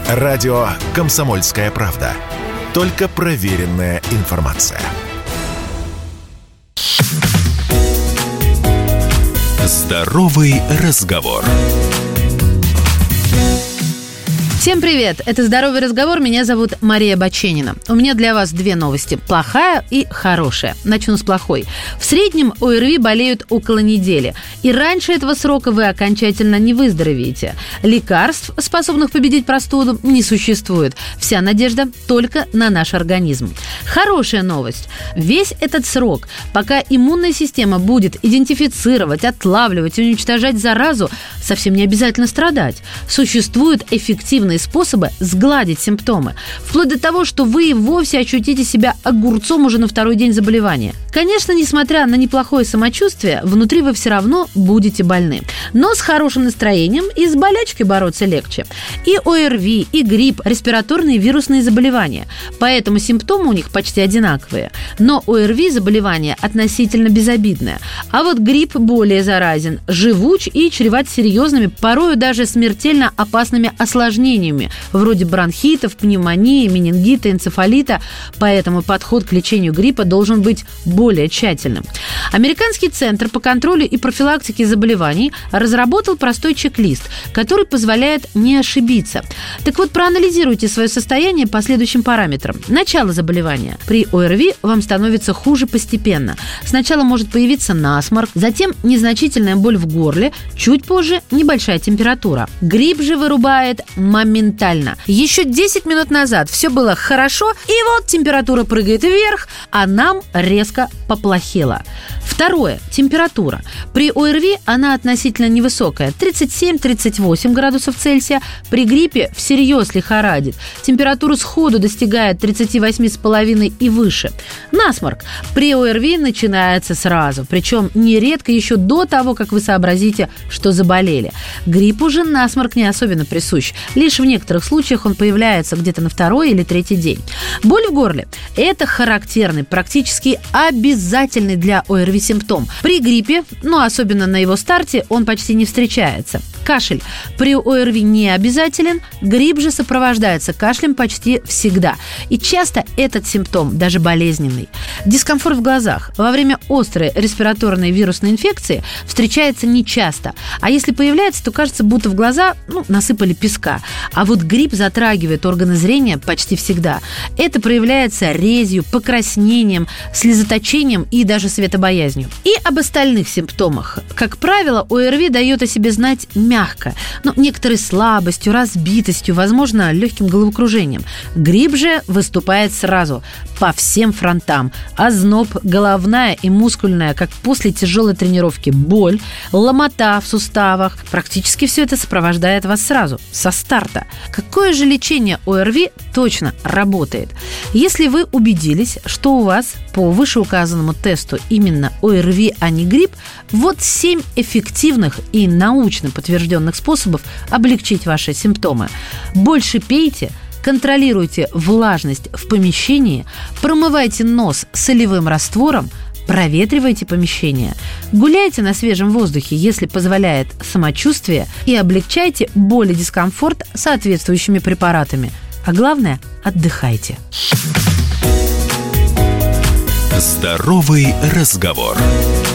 Радио «Комсомольская правда». Только проверенная информация. Здоровый разговор. Всем привет! Это «Здоровый разговор». Меня зовут Мария Баченина. У меня для вас две новости. Плохая и хорошая. Начну с плохой. В среднем ОРВИ болеют около недели. И раньше этого срока вы окончательно не выздоровеете. Лекарств, способных победить простуду, не существует. Вся надежда только на наш организм. Хорошая новость. Весь этот срок, пока иммунная система будет идентифицировать, отлавливать и уничтожать заразу, совсем не обязательно страдать. Существуют эффективные способы сгладить симптомы, вплоть до того, что вы вовсе ощутите себя огурцом уже на второй день заболевания. Конечно, несмотря на неплохое самочувствие, внутри вы все равно будете больны. Но с хорошим настроением и с болячкой бороться легче. И ОРВИ, и грипп – респираторные вирусные заболевания, поэтому симптомы у них почти одинаковые. Но ОРВИ – заболевание относительно безобидное, а вот грипп более заразен, живуч и чреват серьезными, порою даже смертельно опасными осложнениями, вроде бронхитов, пневмонии, менингита, энцефалита, поэтому подход к лечению гриппа должен быть более тщательным. Американский центр по контролю и профилактике заболеваний разработал простой чек-лист, который позволяет не ошибиться. Так вот, проанализируйте свое состояние по следующим параметрам. Начало заболевания. При ОРВИ вам становится хуже постепенно. Сначала может появиться насморк, затем незначительная боль в горле, чуть позже небольшая температура. Грипп же вырубает моментально. Еще 10 минут назад все было хорошо, и вот температура прыгает вверх, а нам резко поплохело. Второе. Температура. При ОРВИ она относительно невысокая. 37-38 градусов Цельсия. При гриппе всерьез лихорадит. Температура сходу достигает 38,5 и выше. Насморк. При ОРВИ начинается сразу. Причем нередко еще до того, как вы сообразите, что заболели. Гриппу же насморк не особенно присущ. Лишь в некоторых случаях он появляется где-то на второй или третий день. Боль в горле – это характерный, практически обязательный для ОРВИ симптом. При гриппе, особенно на его старте, он почти не встречается. Кашель при ОРВИ не обязателен, грипп же сопровождается кашлем почти всегда. И часто этот симптом даже болезненный. Дискомфорт в глазах во время острой респираторной вирусной инфекции встречается нечасто. А если появляется, то кажется, будто в глаза насыпали песка. А вот грипп затрагивает органы зрения почти всегда. Это проявляется резью, покраснением, слезоточением и даже светобоязнью. И об остальных симптомах. Как правило, ОРВИ дает о себе знать мягко, некоторой слабостью, разбитостью, возможно, легким головокружением. Грипп же выступает сразу, по всем фронтам. Озноб, головная и мускульная, как после тяжелой тренировки, боль, ломота в суставах. Практически все это сопровождает вас сразу, со старта. Какое же лечение ОРВИ точно работает? Если вы убедились, что у вас по вышеуказанному тесту именно ОРВИ, а не грипп, вот 7 эффективных и научно подтвержденных способов облегчить ваши симптомы. Больше пейте, контролируйте влажность в помещении, промывайте нос солевым раствором, проветривайте помещение, гуляйте на свежем воздухе, если позволяет самочувствие, и облегчайте боль и дискомфорт соответствующими препаратами. А главное – отдыхайте. Здоровый разговор.